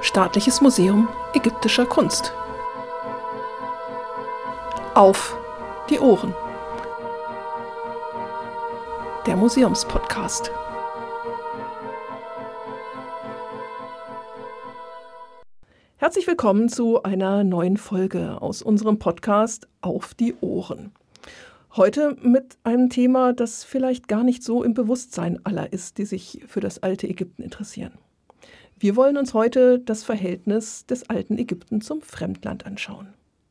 Staatliches Museum ägyptischer Kunst. Auf die Ohren. Der Museumspodcast. Herzlich willkommen zu einer neuen Folge aus unserem Podcast Auf die Ohren. Heute mit einem Thema, das vielleicht gar nicht so im Bewusstsein aller ist, die sich für das alte Ägypten interessieren. Wir wollen uns heute das Verhältnis des alten Ägypten zum Fremdland anschauen.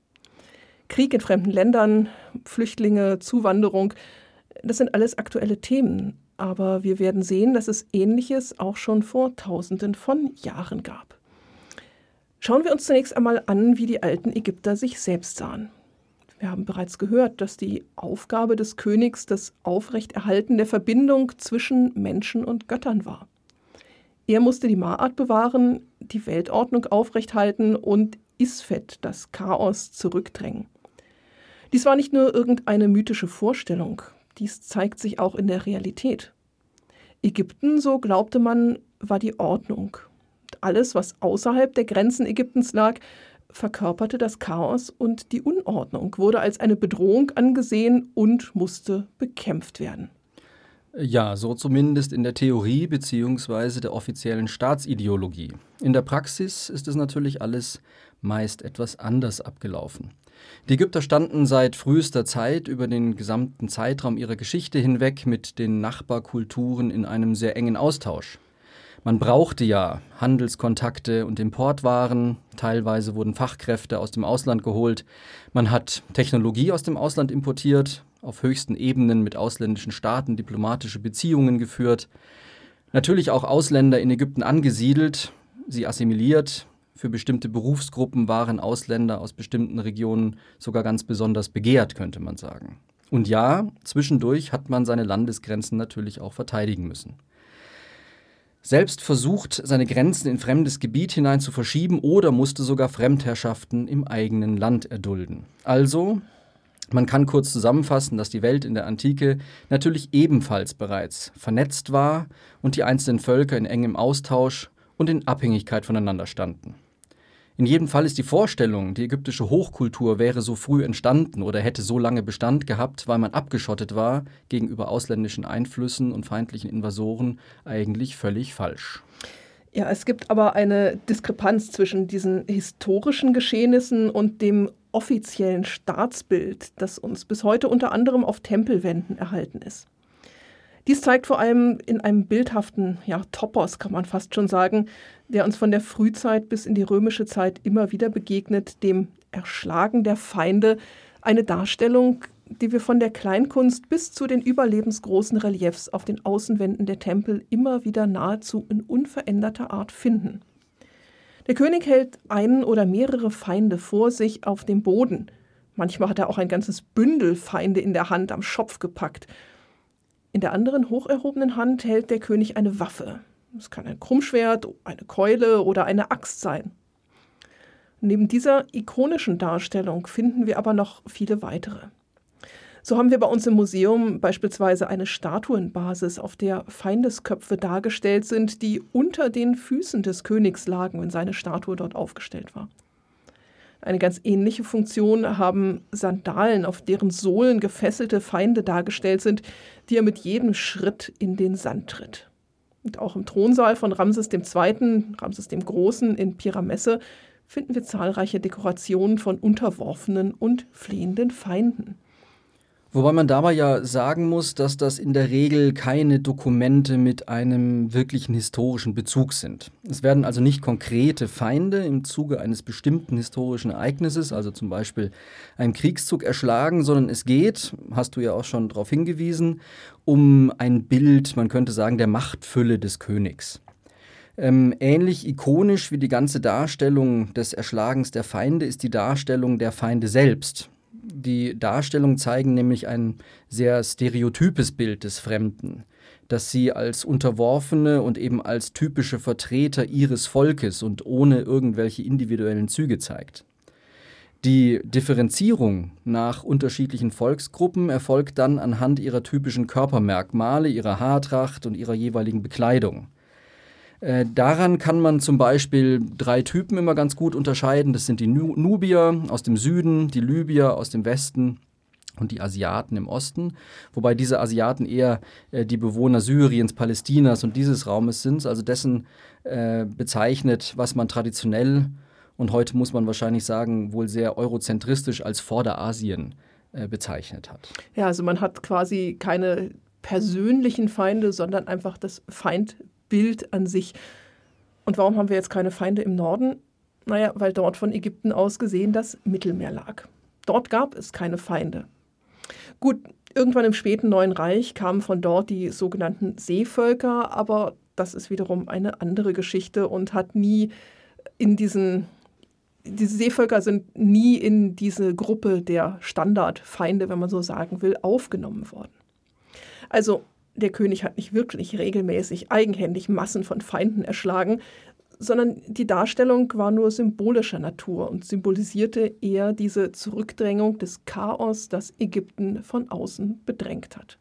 Krieg in fremden Ländern, Flüchtlinge, Zuwanderung, das sind alles aktuelle Themen. Aber wir werden sehen, dass es Ähnliches auch schon vor Tausenden von Jahren gab. Schauen wir uns zunächst einmal an, wie die alten Ägypter sich selbst sahen. Wir haben bereits gehört, dass die Aufgabe des Königs das Aufrechterhalten der Verbindung zwischen Menschen und Göttern war. Er musste die Ma'at bewahren, die Weltordnung aufrechthalten und Isfet, das Chaos, zurückdrängen. Dies war nicht nur irgendeine mythische Vorstellung, dies zeigt sich auch in der Realität. Ägypten, so glaubte man, war die Ordnung. Alles, was außerhalb der Grenzen Ägyptens lag, verkörperte das Chaos und die Unordnung, wurde als eine Bedrohung angesehen und musste bekämpft werden. Ja, so zumindest in der Theorie bzw. der offiziellen Staatsideologie. In der Praxis ist es natürlich alles meist etwas anders abgelaufen. Die Ägypter standen seit frühester Zeit über den gesamten Zeitraum ihrer Geschichte hinweg mit den Nachbarkulturen in einem sehr engen Austausch. Man brauchte ja Handelskontakte und Importwaren, teilweise wurden Fachkräfte aus dem Ausland geholt, man hat Technologie aus dem Ausland importiert, auf höchsten Ebenen mit ausländischen Staaten diplomatische Beziehungen geführt, natürlich auch Ausländer in Ägypten angesiedelt, sie assimiliert. Für bestimmte Berufsgruppen waren Ausländer aus bestimmten Regionen sogar ganz besonders begehrt, könnte man sagen. Und ja, zwischendurch hat man seine Landesgrenzen natürlich auch verteidigen müssen. Selbst versucht, seine Grenzen in fremdes Gebiet hinein zu verschieben oder musste sogar Fremdherrschaften im eigenen Land erdulden. Also, man kann kurz zusammenfassen, dass die Welt in der Antike natürlich ebenfalls bereits vernetzt war und die einzelnen Völker in engem Austausch und in Abhängigkeit voneinander standen. In jedem Fall ist die Vorstellung, die ägyptische Hochkultur wäre so früh entstanden oder hätte so lange Bestand gehabt, weil man abgeschottet war gegenüber ausländischen Einflüssen und feindlichen Invasoren, eigentlich völlig falsch. Ja, es gibt aber eine Diskrepanz zwischen diesen historischen Geschehnissen und dem offiziellen Staatsbild, das uns bis heute unter anderem auf Tempelwänden erhalten ist. Dies zeigt vor allem in einem bildhaften Topos, kann man fast schon sagen, der uns von der Frühzeit bis in die römische Zeit immer wieder begegnet, dem Erschlagen der Feinde, eine Darstellung, die wir von der Kleinkunst bis zu den überlebensgroßen Reliefs auf den Außenwänden der Tempel immer wieder nahezu in unveränderter Art finden. Der König hält einen oder mehrere Feinde vor sich auf dem Boden. Manchmal hat er auch ein ganzes Bündel Feinde in der Hand am Schopf gepackt. In der anderen hoch erhobenen Hand hält der König eine Waffe. Es kann ein Krummschwert, eine Keule oder eine Axt sein. Neben dieser ikonischen Darstellung finden wir aber noch viele weitere. So haben wir bei uns im Museum beispielsweise eine Statuenbasis, auf der Feindesköpfe dargestellt sind, die unter den Füßen des Königs lagen, wenn seine Statue dort aufgestellt war. Eine ganz ähnliche Funktion haben Sandalen, auf deren Sohlen gefesselte Feinde dargestellt sind, die er mit jedem Schritt in den Sand tritt. Und auch im Thronsaal von Ramses II., Ramses dem Großen in Pir-Ramesse, finden wir zahlreiche Dekorationen von unterworfenen und flehenden Feinden. Wobei man dabei ja sagen muss, dass das in der Regel keine Dokumente mit einem wirklichen historischen Bezug sind. Es werden also nicht konkrete Feinde im Zuge eines bestimmten historischen Ereignisses, also zum Beispiel einem Kriegszug, erschlagen, sondern es geht, hast du ja auch schon darauf hingewiesen, um ein Bild, man könnte sagen, der Machtfülle des Königs. Ähnlich ikonisch wie die ganze Darstellung des Erschlagens der Feinde ist die Darstellung der Feinde selbst. Die Darstellungen zeigen nämlich ein sehr stereotypes Bild des Fremden, das sie als Unterworfene und eben als typische Vertreter ihres Volkes und ohne irgendwelche individuellen Züge zeigt. Die Differenzierung nach unterschiedlichen Volksgruppen erfolgt dann anhand ihrer typischen Körpermerkmale, ihrer Haartracht und ihrer jeweiligen Bekleidung. Daran kann man zum Beispiel 3 Typen immer ganz gut unterscheiden. Das sind die Nubier aus dem Süden, die Libyer aus dem Westen und die Asiaten im Osten. Wobei diese Asiaten eher die Bewohner Syriens, Palästinas und dieses Raumes sind, also dessen bezeichnet, was man traditionell und heute muss man wahrscheinlich sagen, wohl sehr eurozentristisch als Vorderasien bezeichnet hat. Ja, also man hat quasi keine persönlichen Feinde, sondern einfach das Feindbild an sich. Und warum haben wir jetzt keine Feinde im Norden? Naja, weil dort von Ägypten aus gesehen das Mittelmeer lag. Dort gab es keine Feinde. Gut, irgendwann im späten Neuen Reich kamen von dort die sogenannten Seevölker, aber das ist wiederum eine andere Geschichte und hat nie diese Seevölker sind nie in diese Gruppe der Standardfeinde, wenn man so sagen will, aufgenommen worden. Also der König hat nicht wirklich regelmäßig eigenhändig Massen von Feinden erschlagen, sondern die Darstellung war nur symbolischer Natur und symbolisierte eher diese Zurückdrängung des Chaos, das Ägypten von außen bedrängt hat.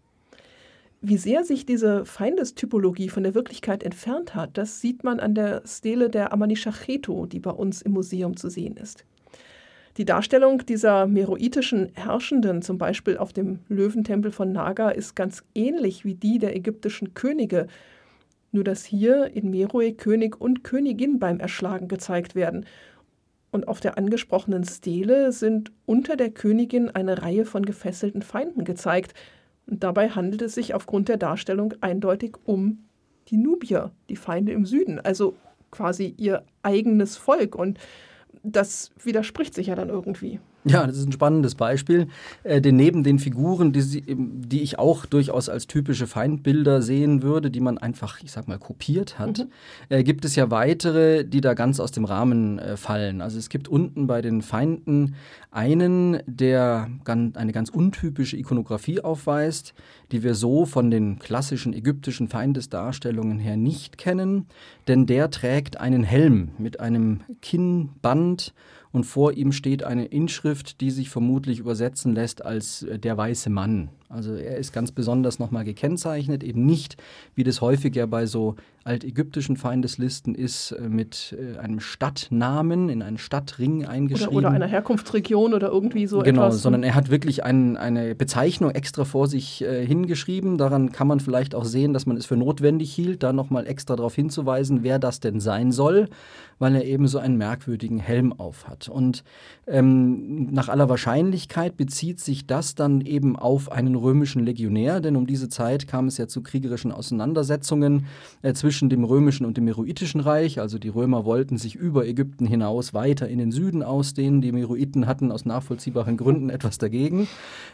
Wie sehr sich diese Feindestypologie von der Wirklichkeit entfernt hat, das sieht man an der Stele der Amani-Shachethu, die bei uns im Museum zu sehen ist. Die Darstellung dieser meroitischen Herrschenden, zum Beispiel auf dem Löwentempel von Naga, ist ganz ähnlich wie die der ägyptischen Könige, nur dass hier in Meroe König und Königin beim Erschlagen gezeigt werden. Und auf der angesprochenen Stele sind unter der Königin eine Reihe von gefesselten Feinden gezeigt. Und dabei handelt es sich aufgrund der Darstellung eindeutig um die Nubier, die Feinde im Süden, also quasi ihr eigenes Volk. Und das widerspricht sich ja dann irgendwie. Ja, das ist ein spannendes Beispiel. Denn neben den Figuren, die ich auch durchaus als typische Feindbilder sehen würde, die man einfach, ich sag mal, kopiert hat, gibt es ja weitere, die da ganz aus dem Rahmen fallen. Also es gibt unten bei den Feinden einen, der eine ganz untypische Ikonografie aufweist, die wir so von den klassischen ägyptischen Feindesdarstellungen her nicht kennen. Denn der trägt einen Helm mit einem Kinnband und vor ihm steht eine Inschrift, die sich vermutlich übersetzen lässt als der weiße Mann. Also er ist ganz besonders nochmal gekennzeichnet, eben nicht, wie das häufiger bei so altägyptischen Feindeslisten ist, mit einem Stadtnamen in einen Stadtring eingeschrieben. Oder einer Herkunftsregion oder irgendwie so genau, etwas. Sondern er hat wirklich eine Bezeichnung extra vor sich hingeschrieben. Daran kann man vielleicht auch sehen, dass man es für notwendig hielt, da nochmal extra darauf hinzuweisen, wer das denn sein soll, weil er eben so einen merkwürdigen Helm auf hat. Und nach aller Wahrscheinlichkeit bezieht sich das dann eben auf einen römischen Legionär, denn um diese Zeit kam es ja zu kriegerischen Auseinandersetzungen zwischen dem römischen und dem meroitischen Reich. Also die Römer wollten sich über Ägypten hinaus weiter in den Süden ausdehnen. Die Meroiten hatten aus nachvollziehbaren Gründen etwas dagegen.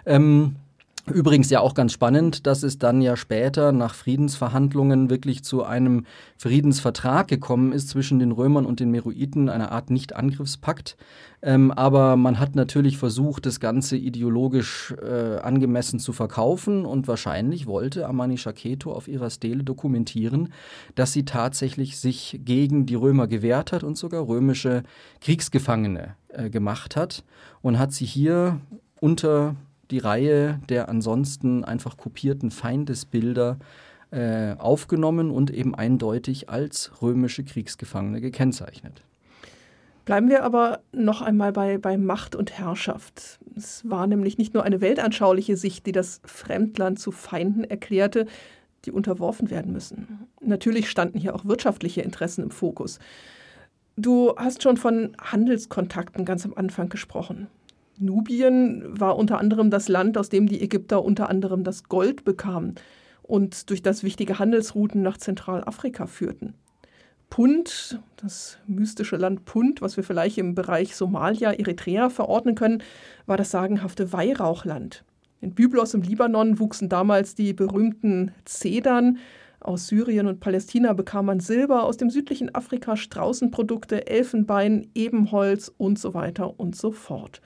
Übrigens ja auch ganz spannend, dass es dann ja später nach Friedensverhandlungen wirklich zu einem Friedensvertrag gekommen ist zwischen den Römern und den Meroiten, einer Art Nicht-Angriffspakt. Aber man hat natürlich versucht, das Ganze ideologisch angemessen zu verkaufen und wahrscheinlich wollte Amani-Shachethu auf ihrer Stele dokumentieren, dass sie tatsächlich sich gegen die Römer gewehrt hat und sogar römische Kriegsgefangene gemacht hat und hat sie hier unter die Reihe der ansonsten einfach kopierten Feindesbilder aufgenommen und eben eindeutig als römische Kriegsgefangene gekennzeichnet. Bleiben wir aber noch einmal bei Macht und Herrschaft. Es war nämlich nicht nur eine weltanschauliche Sicht, die das Fremdland zu Feinden erklärte, die unterworfen werden müssen. Natürlich standen hier auch wirtschaftliche Interessen im Fokus. Du hast schon von Handelskontakten ganz am Anfang gesprochen. Nubien war unter anderem das Land, aus dem die Ägypter unter anderem das Gold bekamen und durch das wichtige Handelsrouten nach Zentralafrika führten. Punt, das mystische Land Punt, was wir vielleicht im Bereich Somalia, Eritrea verordnen können, war das sagenhafte Weihrauchland. In Byblos im Libanon wuchsen damals die berühmten Zedern. Aus Syrien und Palästina bekam man Silber, aus dem südlichen Afrika Straußenprodukte, Elfenbein, Ebenholz und so weiter und so fort.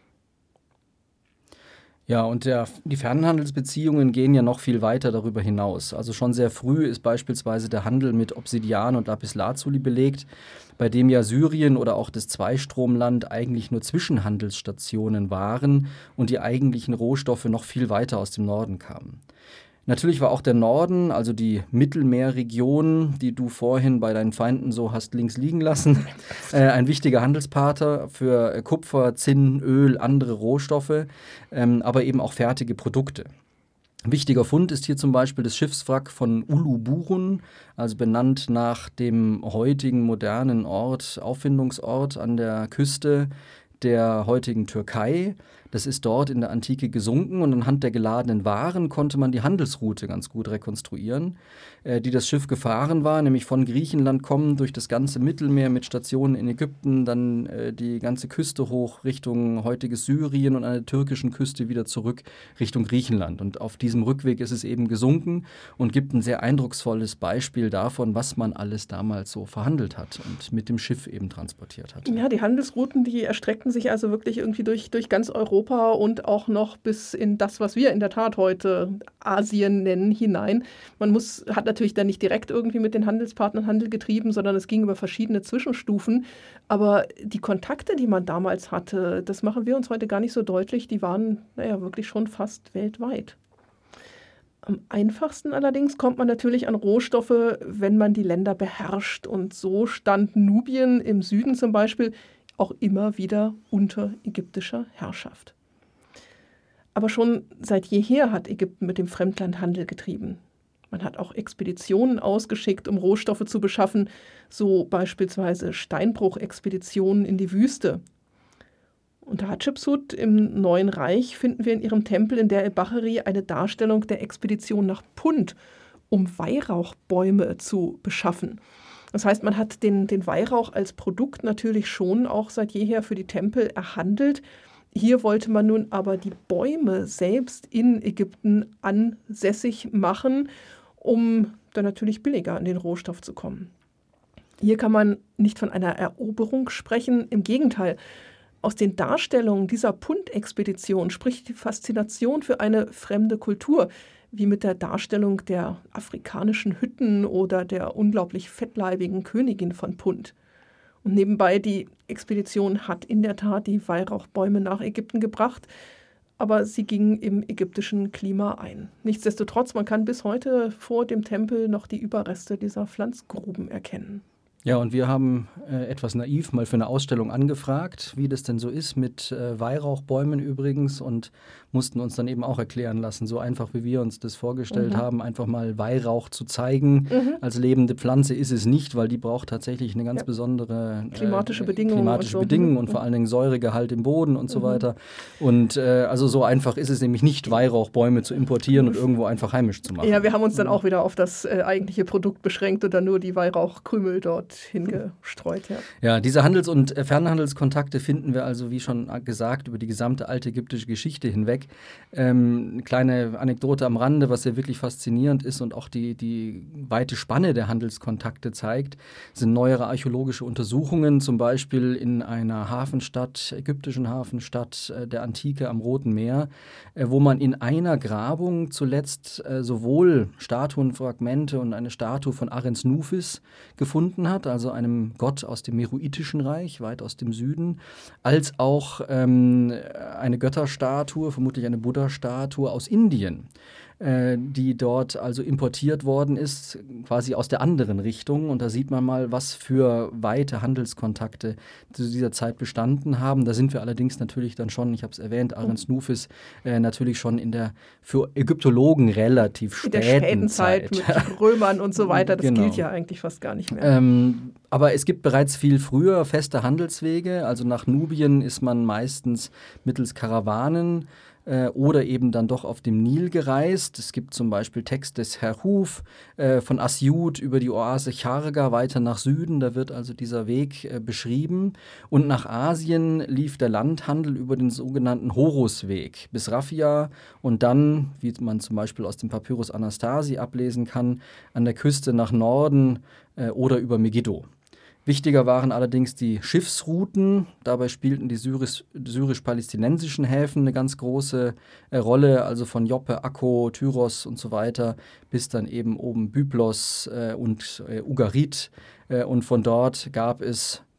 Ja, und die Fernhandelsbeziehungen gehen ja noch viel weiter darüber hinaus. Also schon sehr früh ist beispielsweise der Handel mit Obsidian und Lapislazuli belegt, bei dem ja Syrien oder auch das Zweistromland eigentlich nur Zwischenhandelsstationen waren und die eigentlichen Rohstoffe noch viel weiter aus dem Norden kamen. Natürlich war auch der Norden, also die Mittelmeerregion, die du vorhin bei deinen Feinden so hast links liegen lassen, ein wichtiger Handelspartner für Kupfer, Zinn, Öl, andere Rohstoffe, aber eben auch fertige Produkte. Ein wichtiger Fund ist hier zum Beispiel das Schiffswrack von Uluburun, also benannt nach dem heutigen modernen Auffindungsort an der Küste der heutigen Türkei. Das ist dort in der Antike gesunken und anhand der geladenen Waren konnte man die Handelsroute ganz gut rekonstruieren, die das Schiff gefahren war, nämlich von Griechenland kommen durch das ganze Mittelmeer mit Stationen in Ägypten, dann die ganze Küste hoch Richtung heutiges Syrien und an der türkischen Küste wieder zurück Richtung Griechenland. Und auf diesem Rückweg ist es eben gesunken und gibt ein sehr eindrucksvolles Beispiel davon, was man alles damals so verhandelt hat und mit dem Schiff eben transportiert hat. Ja, die Handelsrouten, die erstreckten sich also wirklich irgendwie durch ganz Europa und auch noch bis in das, was wir in der Tat heute Asien nennen, hinein. Hat natürlich dann nicht direkt irgendwie mit den Handelspartnern Handel getrieben, sondern es ging über verschiedene Zwischenstufen. Aber die Kontakte, die man damals hatte, das machen wir uns heute gar nicht so deutlich, die waren wirklich schon fast weltweit. Am einfachsten allerdings kommt man natürlich an Rohstoffe, wenn man die Länder beherrscht. Und so stand Nubien im Süden zum Beispiel auch immer wieder unter ägyptischer Herrschaft. Aber schon seit jeher hat Ägypten mit dem Fremdland Handel getrieben. Man hat auch Expeditionen ausgeschickt, um Rohstoffe zu beschaffen, so beispielsweise Steinbruchexpeditionen in die Wüste. Unter Hatschepsut im Neuen Reich finden wir in ihrem Tempel in der el-Bahari eine Darstellung der Expedition nach Punt, um Weihrauchbäume zu beschaffen. Das heißt, man hat den Weihrauch als Produkt natürlich schon auch seit jeher für die Tempel erhandelt. Hier wollte man nun aber die Bäume selbst in Ägypten ansässig machen, um dann natürlich billiger an den Rohstoff zu kommen. Hier kann man nicht von einer Eroberung sprechen, im Gegenteil. Aus den Darstellungen dieser Punt-Expedition spricht die Faszination für eine fremde Kultur, wie mit der Darstellung der afrikanischen Hütten oder der unglaublich fettleibigen Königin von Punt. Und nebenbei, die Expedition hat in der Tat die Weihrauchbäume nach Ägypten gebracht, aber sie gingen im ägyptischen Klima ein. Nichtsdestotrotz, man kann bis heute vor dem Tempel noch die Überreste dieser Pflanzgruben erkennen. Ja, und wir haben etwas naiv mal für eine Ausstellung angefragt, wie das denn so ist mit Weihrauchbäumen übrigens, und mussten uns dann eben auch erklären lassen, so einfach wie wir uns das vorgestellt haben, einfach mal Weihrauch zu zeigen. Als lebende Pflanze ist es nicht, weil die braucht tatsächlich eine ganz besondere klimatische Bedingungen und vor allen Dingen Säuregehalt im Boden und so weiter. Und also so einfach ist es nämlich nicht, Weihrauchbäume zu importieren und irgendwo einfach heimisch zu machen. Ja, wir haben uns dann auch wieder auf das eigentliche Produkt beschränkt und dann nur die Weihrauchkrümel dort hingestreut. Ja, diese Handels- und Fernhandelskontakte finden wir also, wie schon gesagt, über die gesamte alte ägyptische Geschichte hinweg. Eine kleine Anekdote am Rande, was ja wirklich faszinierend ist und auch die weite Spanne der Handelskontakte zeigt, sind neuere archäologische Untersuchungen, zum Beispiel in einer Hafenstadt, ägyptischen Hafenstadt der Antike am Roten Meer, wo man in einer Grabung zuletzt sowohl Statuenfragmente und eine Statue von Aren's-Nufis gefunden hat, also einem Gott aus dem Meroitischen Reich, weit aus dem Süden, als auch eine Götterstatue, vermutlich eine Buddha-Statue aus Indien, die dort also importiert worden ist, quasi aus der anderen Richtung. Und da sieht man mal, was für weite Handelskontakte zu dieser Zeit bestanden haben. Da sind wir allerdings natürlich dann schon, ich habe es erwähnt, Aren's-Nufis natürlich schon in der für Ägyptologen relativ späten Zeit. Mit Römern und so weiter, das gilt ja eigentlich fast gar nicht mehr. Aber es gibt bereits viel früher feste Handelswege. Also nach Nubien ist man meistens mittels Karawanen oder eben dann doch auf dem Nil gereist. Es gibt zum Beispiel Text des Herhuf von Asyut über die Oase Charga weiter nach Süden. Da wird also dieser Weg beschrieben. Und nach Asien lief der Landhandel über den sogenannten Horusweg bis Raphia und dann, wie man zum Beispiel aus dem Papyrus Anastasi ablesen kann, an der Küste nach Norden oder über Megiddo. Wichtiger waren allerdings die Schiffsrouten. Dabei spielten die syrisch-palästinensischen Häfen eine ganz große Rolle, also von Joppe, Akko, Tyros und so weiter, bis dann eben oben Byblos und Ugarit. Und von dort gab es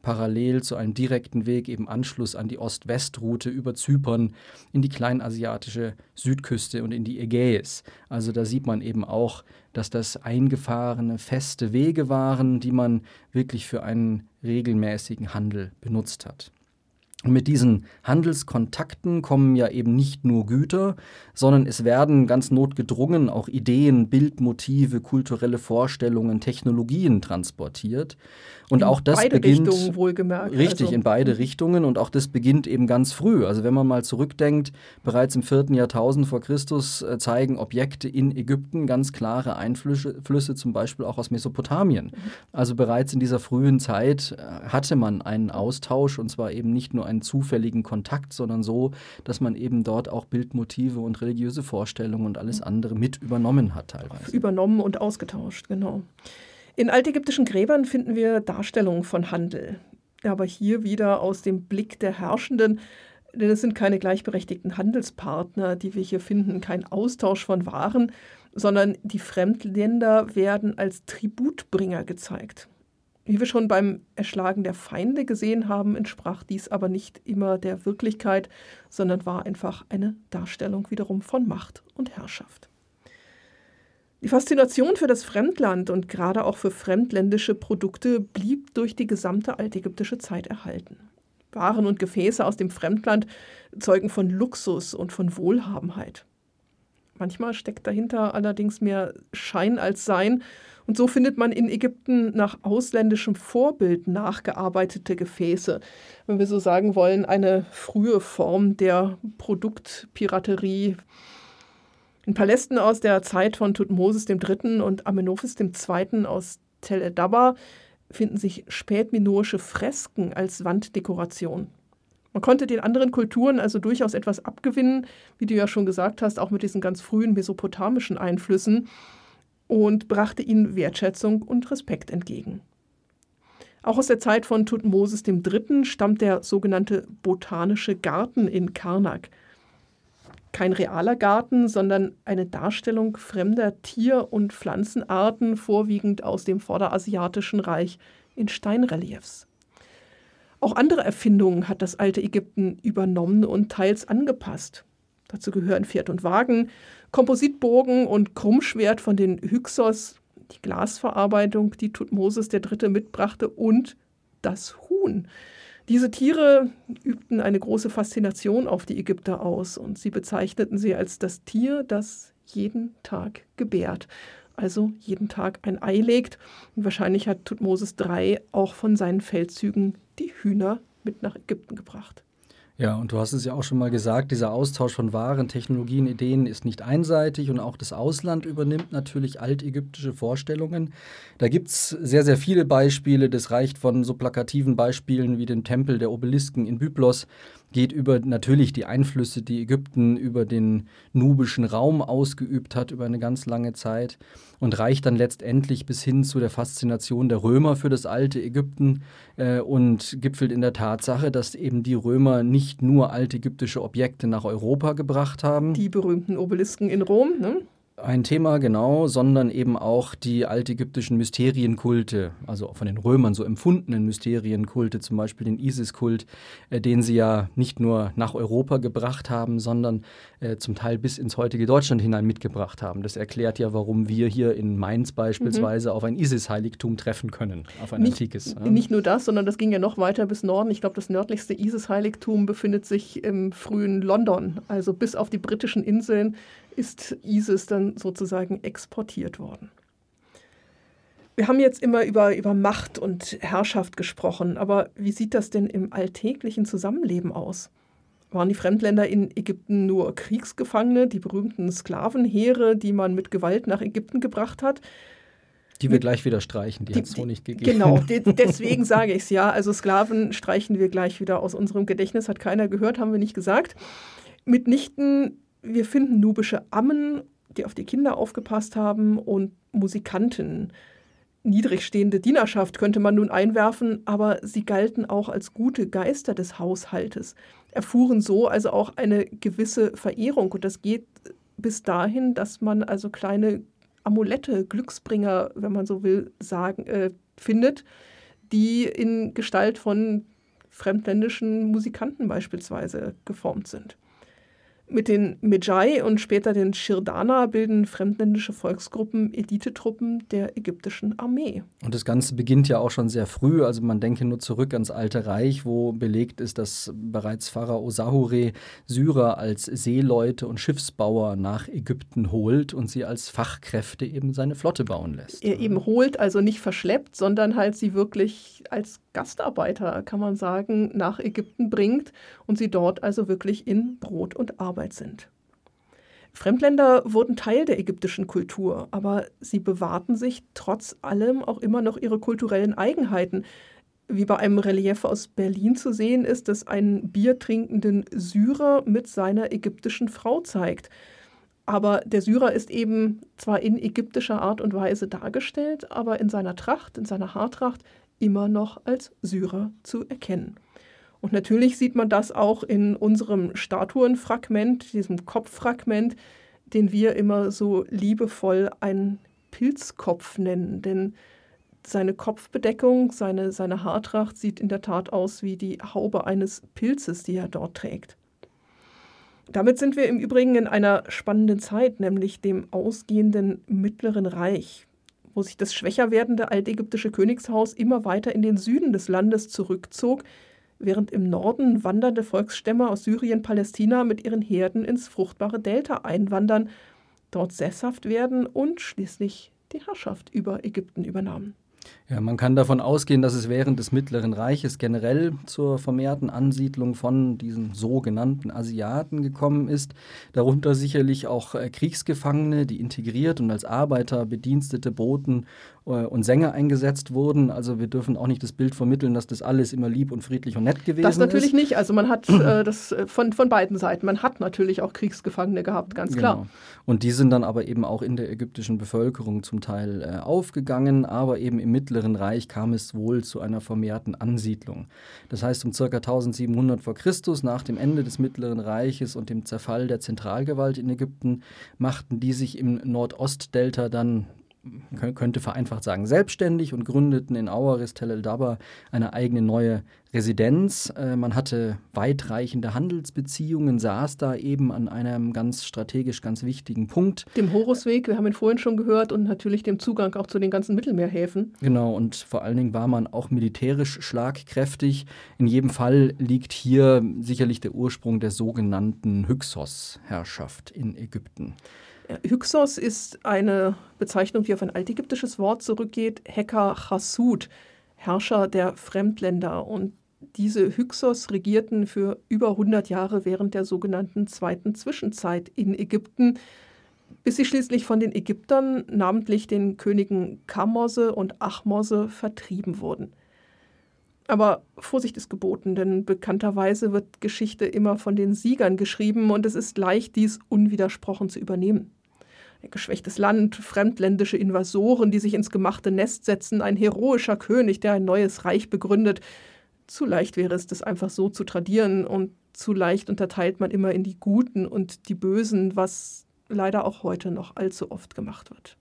parallel zu einem direkten Weg eben Anschluss an die Ost-West-Route über Zypern in die kleinasiatische Südküste und in die Ägäis. Also da sieht man eben auch, dass das eingefahrene, feste Wege waren, die man wirklich für einen regelmäßigen Handel benutzt hat. Und mit diesen Handelskontakten kommen ja eben nicht nur Güter, sondern es werden ganz notgedrungen auch Ideen, Bildmotive, kulturelle Vorstellungen, Technologien transportiert. Und auch das beginnt, in beide Richtungen wohlgemerkt. Richtig, also. in beide Richtungen. Und auch das beginnt eben ganz früh. Also wenn man mal zurückdenkt, bereits im 4. Jahrtausend vor Christus zeigen Objekte in Ägypten ganz klare Einflüsse, zum Beispiel auch aus Mesopotamien. Also bereits in dieser frühen Zeit hatte man einen Austausch, und zwar eben nicht nur einen zufälligen Kontakt, sondern so, dass man eben dort auch Bildmotive und religiöse Vorstellungen und alles andere mit übernommen hat teilweise. Übernommen und ausgetauscht, genau. In altägyptischen Gräbern finden wir Darstellungen von Handel. Aber hier wieder aus dem Blick der Herrschenden, denn es sind keine gleichberechtigten Handelspartner, die wir hier finden, kein Austausch von Waren, sondern die Fremdländer werden als Tributbringer gezeigt. Wie wir schon beim Erschlagen der Feinde gesehen haben, entsprach dies aber nicht immer der Wirklichkeit, sondern war einfach eine Darstellung wiederum von Macht und Herrschaft. Die Faszination für das Fremdland und gerade auch für fremdländische Produkte blieb durch die gesamte altägyptische Zeit erhalten. Waren und Gefäße aus dem Fremdland zeugen von Luxus und von Wohlhabenheit. Manchmal steckt dahinter allerdings mehr Schein als Sein, und so findet man in Ägypten nach ausländischem Vorbild nachgearbeitete Gefäße. Wenn wir so sagen wollen, eine frühe Form der Produktpiraterie. In Palästen aus der Zeit von Thutmosis III. Und Amenophis II. Aus Tel Edaba finden sich spätminoische Fresken als Wanddekoration. Man konnte den anderen Kulturen also durchaus etwas abgewinnen, wie du ja schon gesagt hast, auch mit diesen ganz frühen mesopotamischen Einflüssen, und brachte ihnen Wertschätzung und Respekt entgegen. Auch aus der Zeit von Thutmosis III. Stammt der sogenannte Botanische Garten in Karnak. Kein realer Garten, sondern eine Darstellung fremder Tier- und Pflanzenarten, vorwiegend aus dem Vorderasiatischen Reich, in Steinreliefs. Auch andere Erfindungen hat das alte Ägypten übernommen und teils angepasst. Dazu gehören Pferd und Wagen, Kompositbogen und Krummschwert von den Hyksos, die Glasverarbeitung, die Thutmosis III. Mitbrachte, und das Huhn. Diese Tiere übten eine große Faszination auf die Ägypter aus und sie bezeichneten sie als das Tier, das jeden Tag gebärt, also jeden Tag ein Ei legt. Und wahrscheinlich hat Thutmosis III. Auch von seinen Feldzügen die Hühner mit nach Ägypten gebracht. Ja, und du hast es ja auch schon mal gesagt, dieser Austausch von Waren, Technologien, Ideen ist nicht einseitig und auch das Ausland übernimmt natürlich altägyptische Vorstellungen. Da gibt es sehr, sehr viele Beispiele. Das reicht von so plakativen Beispielen wie dem Tempel der Obelisken in Byblos, geht über natürlich die Einflüsse, die Ägypten über den nubischen Raum ausgeübt hat über eine ganz lange Zeit, und reicht dann letztendlich bis hin zu der Faszination der Römer für das alte Ägypten und gipfelt in der Tatsache, dass eben die Römer nicht nur altägyptische Objekte nach Europa gebracht haben. Die berühmten Obelisken in Rom, ne? Ein Thema, genau, sondern eben auch die altägyptischen Mysterienkulte, also von den Römern so empfundenen Mysterienkulte, zum Beispiel den Isis-Kult, den sie ja nicht nur nach Europa gebracht haben, sondern zum Teil bis ins heutige Deutschland hinein mitgebracht haben. Das erklärt ja, warum wir hier in Mainz beispielsweise auf ein Isis-Heiligtum treffen können, auf ein antikes. Ja. Nicht nur das, sondern das ging ja noch weiter bis Norden. Ich glaube, das nördlichste Isis-Heiligtum befindet sich im frühen London, also bis auf die britischen Inseln ist Isis dann sozusagen exportiert worden. Wir haben jetzt immer über Macht und Herrschaft gesprochen, aber wie sieht das denn im alltäglichen Zusammenleben aus? Waren die Fremdländer in Ägypten nur Kriegsgefangene, die berühmten Sklavenheere, die man mit Gewalt nach Ägypten gebracht hat? Die wir gleich wieder streichen, die hat es so nicht gegeben. Genau, deswegen sage ich es ja. Also Sklaven streichen wir gleich wieder aus unserem Gedächtnis, hat keiner gehört, haben wir nicht gesagt. Mitnichten, wir finden nubische Ammen, die auf die Kinder aufgepasst haben, und Musikanten. Niedrigstehende Dienerschaft könnte man nun einwerfen, aber sie galten auch als gute Geister des Haushaltes, erfuhren so also auch eine gewisse Verehrung. Und das geht bis dahin, dass man also kleine Amulette, Glücksbringer, wenn man so will, findet, die in Gestalt von fremdländischen Musikanten beispielsweise geformt sind. Mit den Medjay und später den Shirdana bilden fremdländische Volksgruppen Elitetruppen der ägyptischen Armee. Und das Ganze beginnt ja auch schon sehr früh. Also man denke nur zurück ans Alte Reich, wo belegt ist, dass bereits Pharao Sahure Syrer als Seeleute und Schiffsbauer nach Ägypten holt und sie als Fachkräfte eben seine Flotte bauen lässt. Er eben holt, also nicht verschleppt, sondern halt sie wirklich als Gastarbeiter, kann man sagen, nach Ägypten bringt und sie dort also wirklich in Brot und Arbeit sind. Fremdländer wurden Teil der ägyptischen Kultur, aber sie bewahrten sich trotz allem auch immer noch ihre kulturellen Eigenheiten. Wie bei einem Relief aus Berlin zu sehen ist, das einen biertrinkenden Syrer mit seiner ägyptischen Frau zeigt. Aber der Syrer ist eben zwar in ägyptischer Art und Weise dargestellt, aber in seiner Tracht, in seiner Haartracht, immer noch als Syrer zu erkennen. Und natürlich sieht man das auch in unserem Statuenfragment, diesem Kopffragment, den wir immer so liebevoll einen Pilzkopf nennen. Denn seine Kopfbedeckung, seine Haartracht sieht in der Tat aus wie die Haube eines Pilzes, die er dort trägt. Damit sind wir im Übrigen in einer spannenden Zeit, nämlich dem ausgehenden Mittleren Reich, wo sich das schwächer werdende altägyptische Königshaus immer weiter in den Süden des Landes zurückzog, während im Norden wandernde Volksstämme aus Syrien, Palästina mit ihren Herden ins fruchtbare Delta einwandern, dort sesshaft werden und schließlich die Herrschaft über Ägypten übernahmen. Ja, man kann davon ausgehen, dass es während des Mittleren Reiches generell zur vermehrten Ansiedlung von diesen sogenannten Asiaten gekommen ist. Darunter sicherlich auch Kriegsgefangene, die integriert und als Arbeiter, Bedienstete, Boten und Sänger eingesetzt wurden. Also wir dürfen auch nicht das Bild vermitteln, dass das alles immer lieb und friedlich und nett gewesen ist. Das natürlich nicht. Also man hat das von beiden Seiten. Man hat natürlich auch Kriegsgefangene gehabt, ganz klar. Genau. Und die sind dann aber eben auch in der ägyptischen Bevölkerung zum Teil aufgegangen, aber eben im Mittleren Reich kam es wohl zu einer vermehrten Ansiedlung. Das heißt, um ca. 1700 vor Christus, nach dem Ende des Mittleren Reiches und dem Zerfall der Zentralgewalt in Ägypten, machten die sich im Nordostdelta dann, könnte vereinfacht sagen, selbstständig und gründeten in Auaris Tel el-Dabra eine eigene neue Residenz. Man hatte weitreichende Handelsbeziehungen, saß da eben an einem ganz strategisch ganz wichtigen Punkt. Dem Horusweg, wir haben ihn vorhin schon gehört, und natürlich dem Zugang auch zu den ganzen Mittelmeerhäfen. Genau, und vor allen Dingen war man auch militärisch schlagkräftig. In jedem Fall liegt hier sicherlich der Ursprung der sogenannten Hyksos-Herrschaft in Ägypten. Hyksos ist eine Bezeichnung, die auf ein altägyptisches Wort zurückgeht, Hekar Chassud, Herrscher der Fremdländer. Und diese Hyksos regierten für über 100 Jahre während der sogenannten Zweiten Zwischenzeit in Ägypten, bis sie schließlich von den Ägyptern, namentlich den Königen Kamose und Achmose, vertrieben wurden. Aber Vorsicht ist geboten, denn bekannterweise wird Geschichte immer von den Siegern geschrieben und es ist leicht, dies unwidersprochen zu übernehmen. Ein geschwächtes Land, fremdländische Invasoren, die sich ins gemachte Nest setzen, ein heroischer König, der ein neues Reich begründet. Zu leicht wäre es, das einfach so zu tradieren, und zu leicht unterteilt man immer in die Guten und die Bösen, was leider auch heute noch allzu oft gemacht wird.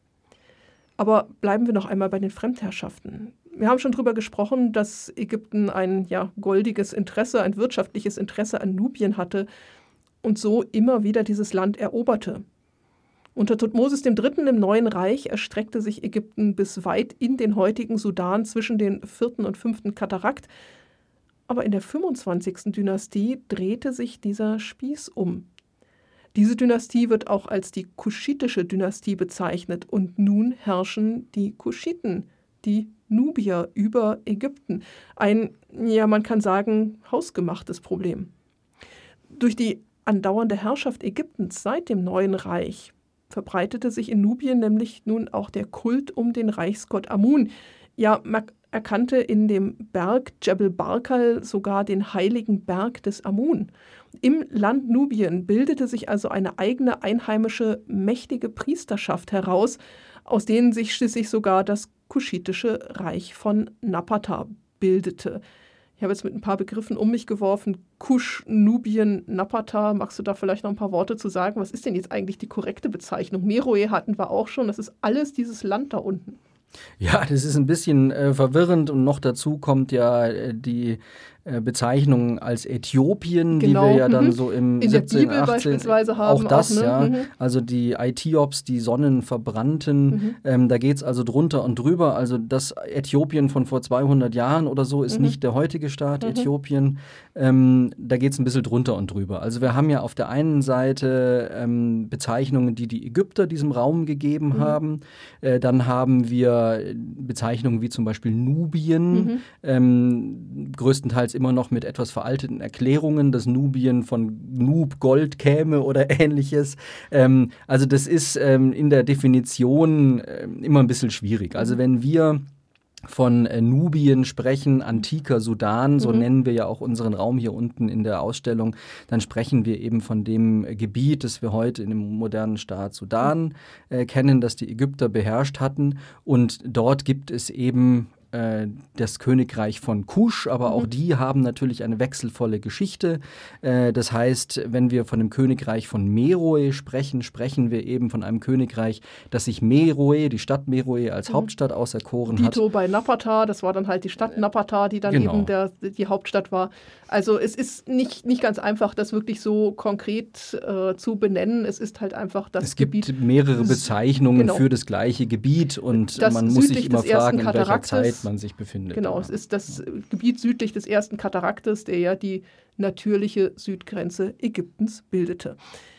Aber bleiben wir noch einmal bei den Fremdherrschaften. Wir haben schon darüber gesprochen, dass Ägypten ein goldiges Interesse, ein wirtschaftliches Interesse an Nubien hatte und so immer wieder dieses Land eroberte. Unter Thutmosis III. Im Neuen Reich erstreckte sich Ägypten bis weit in den heutigen Sudan zwischen den 4. und 5. Katarakt. Aber in der 25. Dynastie drehte sich dieser Spieß um. Diese Dynastie wird auch als die kuschitische Dynastie bezeichnet und nun herrschen die Kuschiten, die Nubier, über Ägypten. Ein, man kann sagen, hausgemachtes Problem. Durch die andauernde Herrschaft Ägyptens seit dem Neuen Reich verbreitete sich in Nubien nämlich nun auch der Kult um den Reichsgott Amun. Ja, man erkannte in dem Berg Djebel Barkal sogar den heiligen Berg des Amun. Im Land Nubien bildete sich also eine eigene einheimische, mächtige Priesterschaft heraus, aus denen sich schließlich sogar das kuschitische Reich von Napata bildete. Ich habe jetzt mit ein paar Begriffen um mich geworfen. Kusch, Nubien, Napata. Magst du da vielleicht noch ein paar Worte zu sagen? Was ist denn jetzt eigentlich die korrekte Bezeichnung? Meroe hatten wir auch schon. Das ist alles dieses Land da unten. Ja, das ist ein bisschen verwirrend und noch dazu kommt ja die Bezeichnung als Äthiopien, Genau, die wir ja dann so im in der 17., Bibel 18. beispielsweise haben. Auch das, ne? ja. Also die Aithiops, die Sonnenverbrannten, da geht es also drunter und drüber. Also das Äthiopien von vor 200 Jahren oder so ist nicht der heutige Staat Äthiopien. Da geht es ein bisschen drunter und drüber. Also wir haben ja auf der einen Seite Bezeichnungen, die die Ägypter diesem Raum gegeben haben. Dann haben wir Bezeichnungen wie zum Beispiel Nubien, größtenteils immer noch mit etwas veralteten Erklärungen, dass Nubien von Nub Gold käme oder ähnliches. Also das ist in der Definition immer ein bisschen schwierig. Also wenn wir von Nubien sprechen, antiker Sudan, so nennen wir ja auch unseren Raum hier unten in der Ausstellung, dann sprechen wir eben von dem Gebiet, das wir heute in dem modernen Staat Sudan kennen, das die Ägypter beherrscht hatten. Und dort gibt es eben das Königreich von Kusch, aber auch die haben natürlich eine wechselvolle Geschichte. Das heißt, wenn wir von dem Königreich von Meroe sprechen, sprechen wir eben von einem Königreich, das sich Meroe, die Stadt Meroe, als Hauptstadt auserkoren hat. Dito bei Napata, das war dann halt die Stadt Napata, die dann eben die Hauptstadt war. Also es ist nicht ganz einfach, das wirklich so konkret zu benennen. Es ist halt einfach das Gebiet. Es gibt mehrere Bezeichnungen für das gleiche Gebiet und man muss sich immer fragen, in welcher Zeit man sich befindet. Genau, es ist das Gebiet südlich des ersten Kataraktes, der ja die natürliche Südgrenze Ägyptens bildete.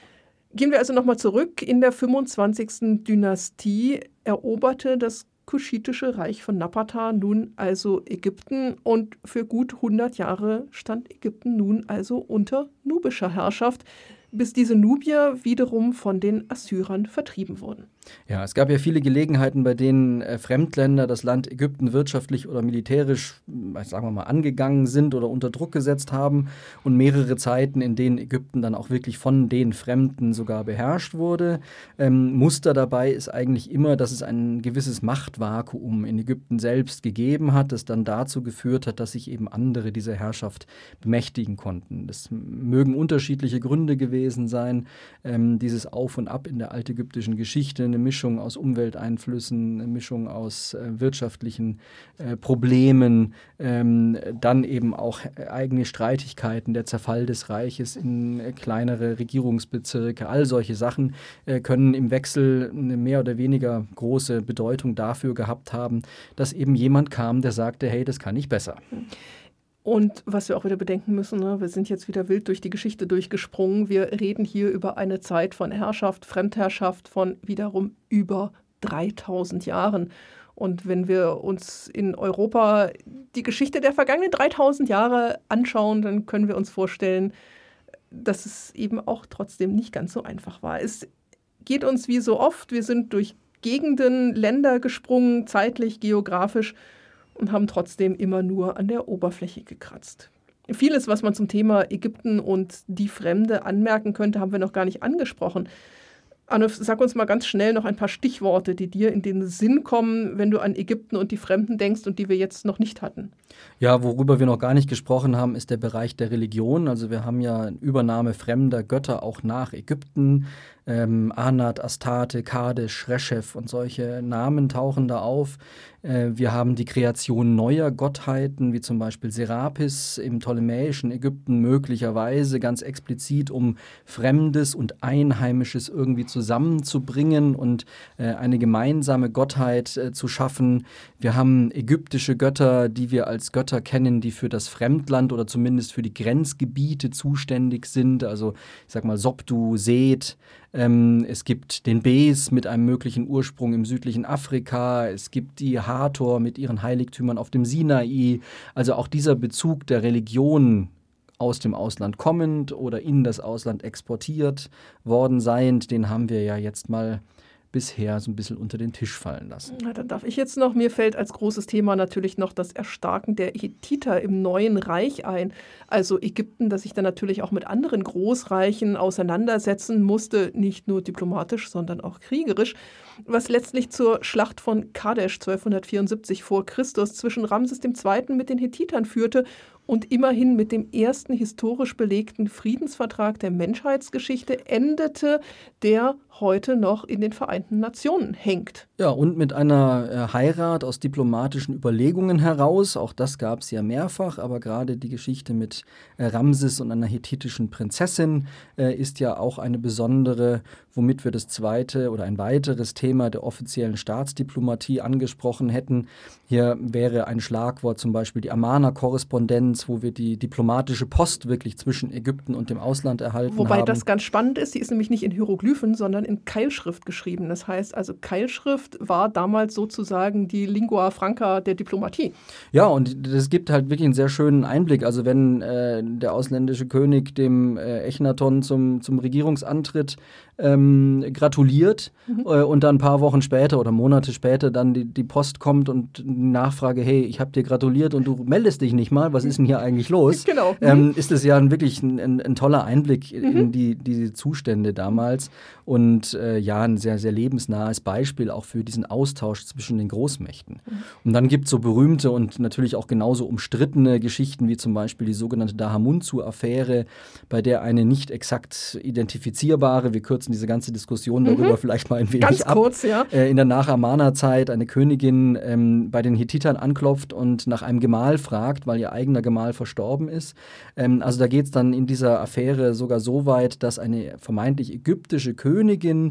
Gehen wir also nochmal zurück. In der 25. Dynastie eroberte das kuschitische Reich von Napata nun also Ägypten und für gut 100 Jahre stand Ägypten nun also unter nubischer Herrschaft, bis diese Nubier wiederum von den Assyrern vertrieben wurden. Ja, es gab ja viele Gelegenheiten, bei denen Fremdländer das Land Ägypten wirtschaftlich oder militärisch, sagen wir mal, angegangen sind oder unter Druck gesetzt haben und mehrere Zeiten, in denen Ägypten dann auch wirklich von den Fremden sogar beherrscht wurde. Muster dabei ist eigentlich immer, dass es ein gewisses Machtvakuum in Ägypten selbst gegeben hat, das dann dazu geführt hat, dass sich eben andere dieser Herrschaft bemächtigen konnten. Das mögen unterschiedliche Gründe gewesen sein, dieses Auf und Ab in der altägyptischen Geschichte, eine Mischung aus Umwelteinflüssen, eine Mischung aus wirtschaftlichen Problemen, dann eben auch eigene Streitigkeiten, der Zerfall des Reiches in kleinere Regierungsbezirke, all solche Sachen können im Wechsel eine mehr oder weniger große Bedeutung dafür gehabt haben, dass eben jemand kam, der sagte, hey, das kann ich besser. Und was wir auch wieder bedenken müssen, ne, wir sind jetzt wieder wild durch die Geschichte durchgesprungen. Wir reden hier über eine Zeit von Herrschaft, Fremdherrschaft von wiederum über 3000 Jahren. Und wenn wir uns in Europa die Geschichte der vergangenen 3000 Jahre anschauen, dann können wir uns vorstellen, dass es eben auch trotzdem nicht ganz so einfach war. Es geht uns wie so oft, wir sind durch Gegenden, Länder gesprungen, zeitlich, geografisch, und haben trotzdem immer nur an der Oberfläche gekratzt. Vieles, was man zum Thema Ägypten und die Fremde anmerken könnte, haben wir noch gar nicht angesprochen. Anne, sag uns mal ganz schnell noch ein paar Stichworte, die dir in den Sinn kommen, wenn du an Ägypten und die Fremden denkst und die wir jetzt noch nicht hatten. Ja, worüber wir noch gar nicht gesprochen haben, ist der Bereich der Religion. Also wir haben ja Übernahme fremder Götter auch nach Ägypten. Anat, Astarte, Kadesh, Reshef und solche Namen tauchen da auf. Wir haben die Kreation neuer Gottheiten, wie zum Beispiel Serapis im ptolemäischen Ägypten, möglicherweise ganz explizit, um Fremdes und Einheimisches irgendwie zusammenzubringen und eine gemeinsame Gottheit zu schaffen. Wir haben ägyptische Götter, die wir als Götter kennen, die für das Fremdland oder zumindest für die Grenzgebiete zuständig sind. Also ich sag mal Sopdu, Seth. Es gibt den Bes mit einem möglichen Ursprung im südlichen Afrika. Es gibt die Hathor mit ihren Heiligtümern auf dem Sinai. Also auch dieser Bezug der Religion aus dem Ausland kommend oder in das Ausland exportiert worden seiend, den haben wir ja jetzt mal bisher so ein bisschen unter den Tisch fallen lassen. Na, dann darf ich jetzt noch, mir fällt als großes Thema natürlich noch das Erstarken der Hethiter im Neuen Reich ein. Also Ägypten, das sich dann natürlich auch mit anderen Großreichen auseinandersetzen musste, nicht nur diplomatisch, sondern auch kriegerisch, was letztlich zur Schlacht von Kadesh 1274 vor Christus zwischen Ramses II. Mit den Hethitern führte und immerhin mit dem ersten historisch belegten Friedensvertrag der Menschheitsgeschichte endete, der heute noch in den Vereinten Nationen hängt. Ja, und mit einer Heirat aus diplomatischen Überlegungen heraus, auch das gab es ja mehrfach, aber gerade die Geschichte mit Ramses und einer hethitischen Prinzessin ist ja auch eine besondere, womit wir das zweite oder ein weiteres Thema der offiziellen Staatsdiplomatie angesprochen hätten. Hier wäre ein Schlagwort zum Beispiel die Amana-Korrespondenz, wo wir die diplomatische Post wirklich zwischen Ägypten und dem Ausland erhalten haben. Wobei das ganz spannend ist, die ist nämlich nicht in Hieroglyphen, sondern in Keilschrift geschrieben. Das heißt also, Keilschrift war damals sozusagen die Lingua Franca der Diplomatie. Ja, und das gibt halt wirklich einen sehr schönen Einblick. Also wenn der ausländische König dem Echnaton zum Regierungsantritt gratuliert und dann ein paar Wochen später oder Monate später dann die Post kommt und die Nachfrage, hey, ich habe dir gratuliert und du meldest dich nicht mal, was ist denn hier eigentlich los? Genau. Ist das ja wirklich ein toller Einblick in diese Zustände damals und ja, ein sehr, sehr lebensnahes Beispiel auch für diesen Austausch zwischen den Großmächten. Und dann gibt es so berühmte und natürlich auch genauso umstrittene Geschichten wie zum Beispiel die sogenannte Dahamunzu-Affäre, bei der eine nicht exakt identifizierbare, wir kürzen diese ganze Diskussion darüber vielleicht mal ein wenig ganz ab, kurz, ja. In der Nach-Amana-Zeit eine Königin bei den Hethitern anklopft und nach einem Gemahl fragt, weil ihr eigener Gemahl verstorben ist. Also da geht es dann in dieser Affäre sogar so weit, dass eine vermeintlich ägyptische Königin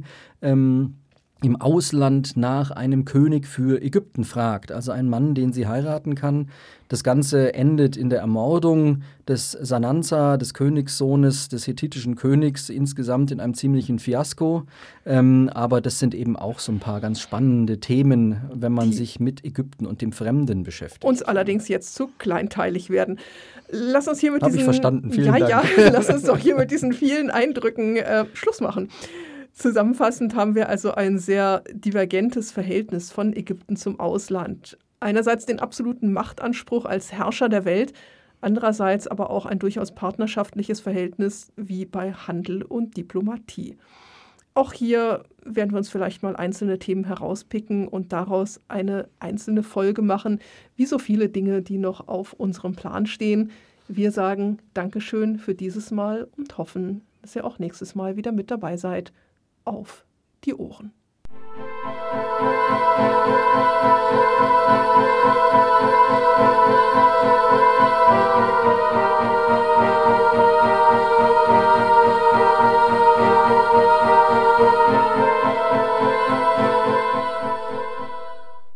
im Ausland nach einem König für Ägypten fragt, also einen Mann, den sie heiraten kann. Das Ganze endet in der Ermordung des Sanansa, des Königssohnes, des hethitischen Königs, insgesamt in einem ziemlichen Fiasko. Aber das sind eben auch so ein paar ganz spannende Themen, wenn man sich mit Ägypten und dem Fremden beschäftigt. Uns allerdings jetzt zu kleinteilig werden. Lass uns hier mit diesen... Hab ich verstanden, vielen Dank. Ja, lass uns doch hier mit diesen vielen Eindrücken Schluss machen. Zusammenfassend haben wir also ein sehr divergentes Verhältnis von Ägypten zum Ausland. Einerseits den absoluten Machtanspruch als Herrscher der Welt, andererseits aber auch ein durchaus partnerschaftliches Verhältnis wie bei Handel und Diplomatie. Auch hier werden wir uns vielleicht mal einzelne Themen herauspicken und daraus eine einzelne Folge machen, wie so viele Dinge, die noch auf unserem Plan stehen. Wir sagen Dankeschön für dieses Mal und hoffen, dass ihr auch nächstes Mal wieder mit dabei seid. Auf die Ohren.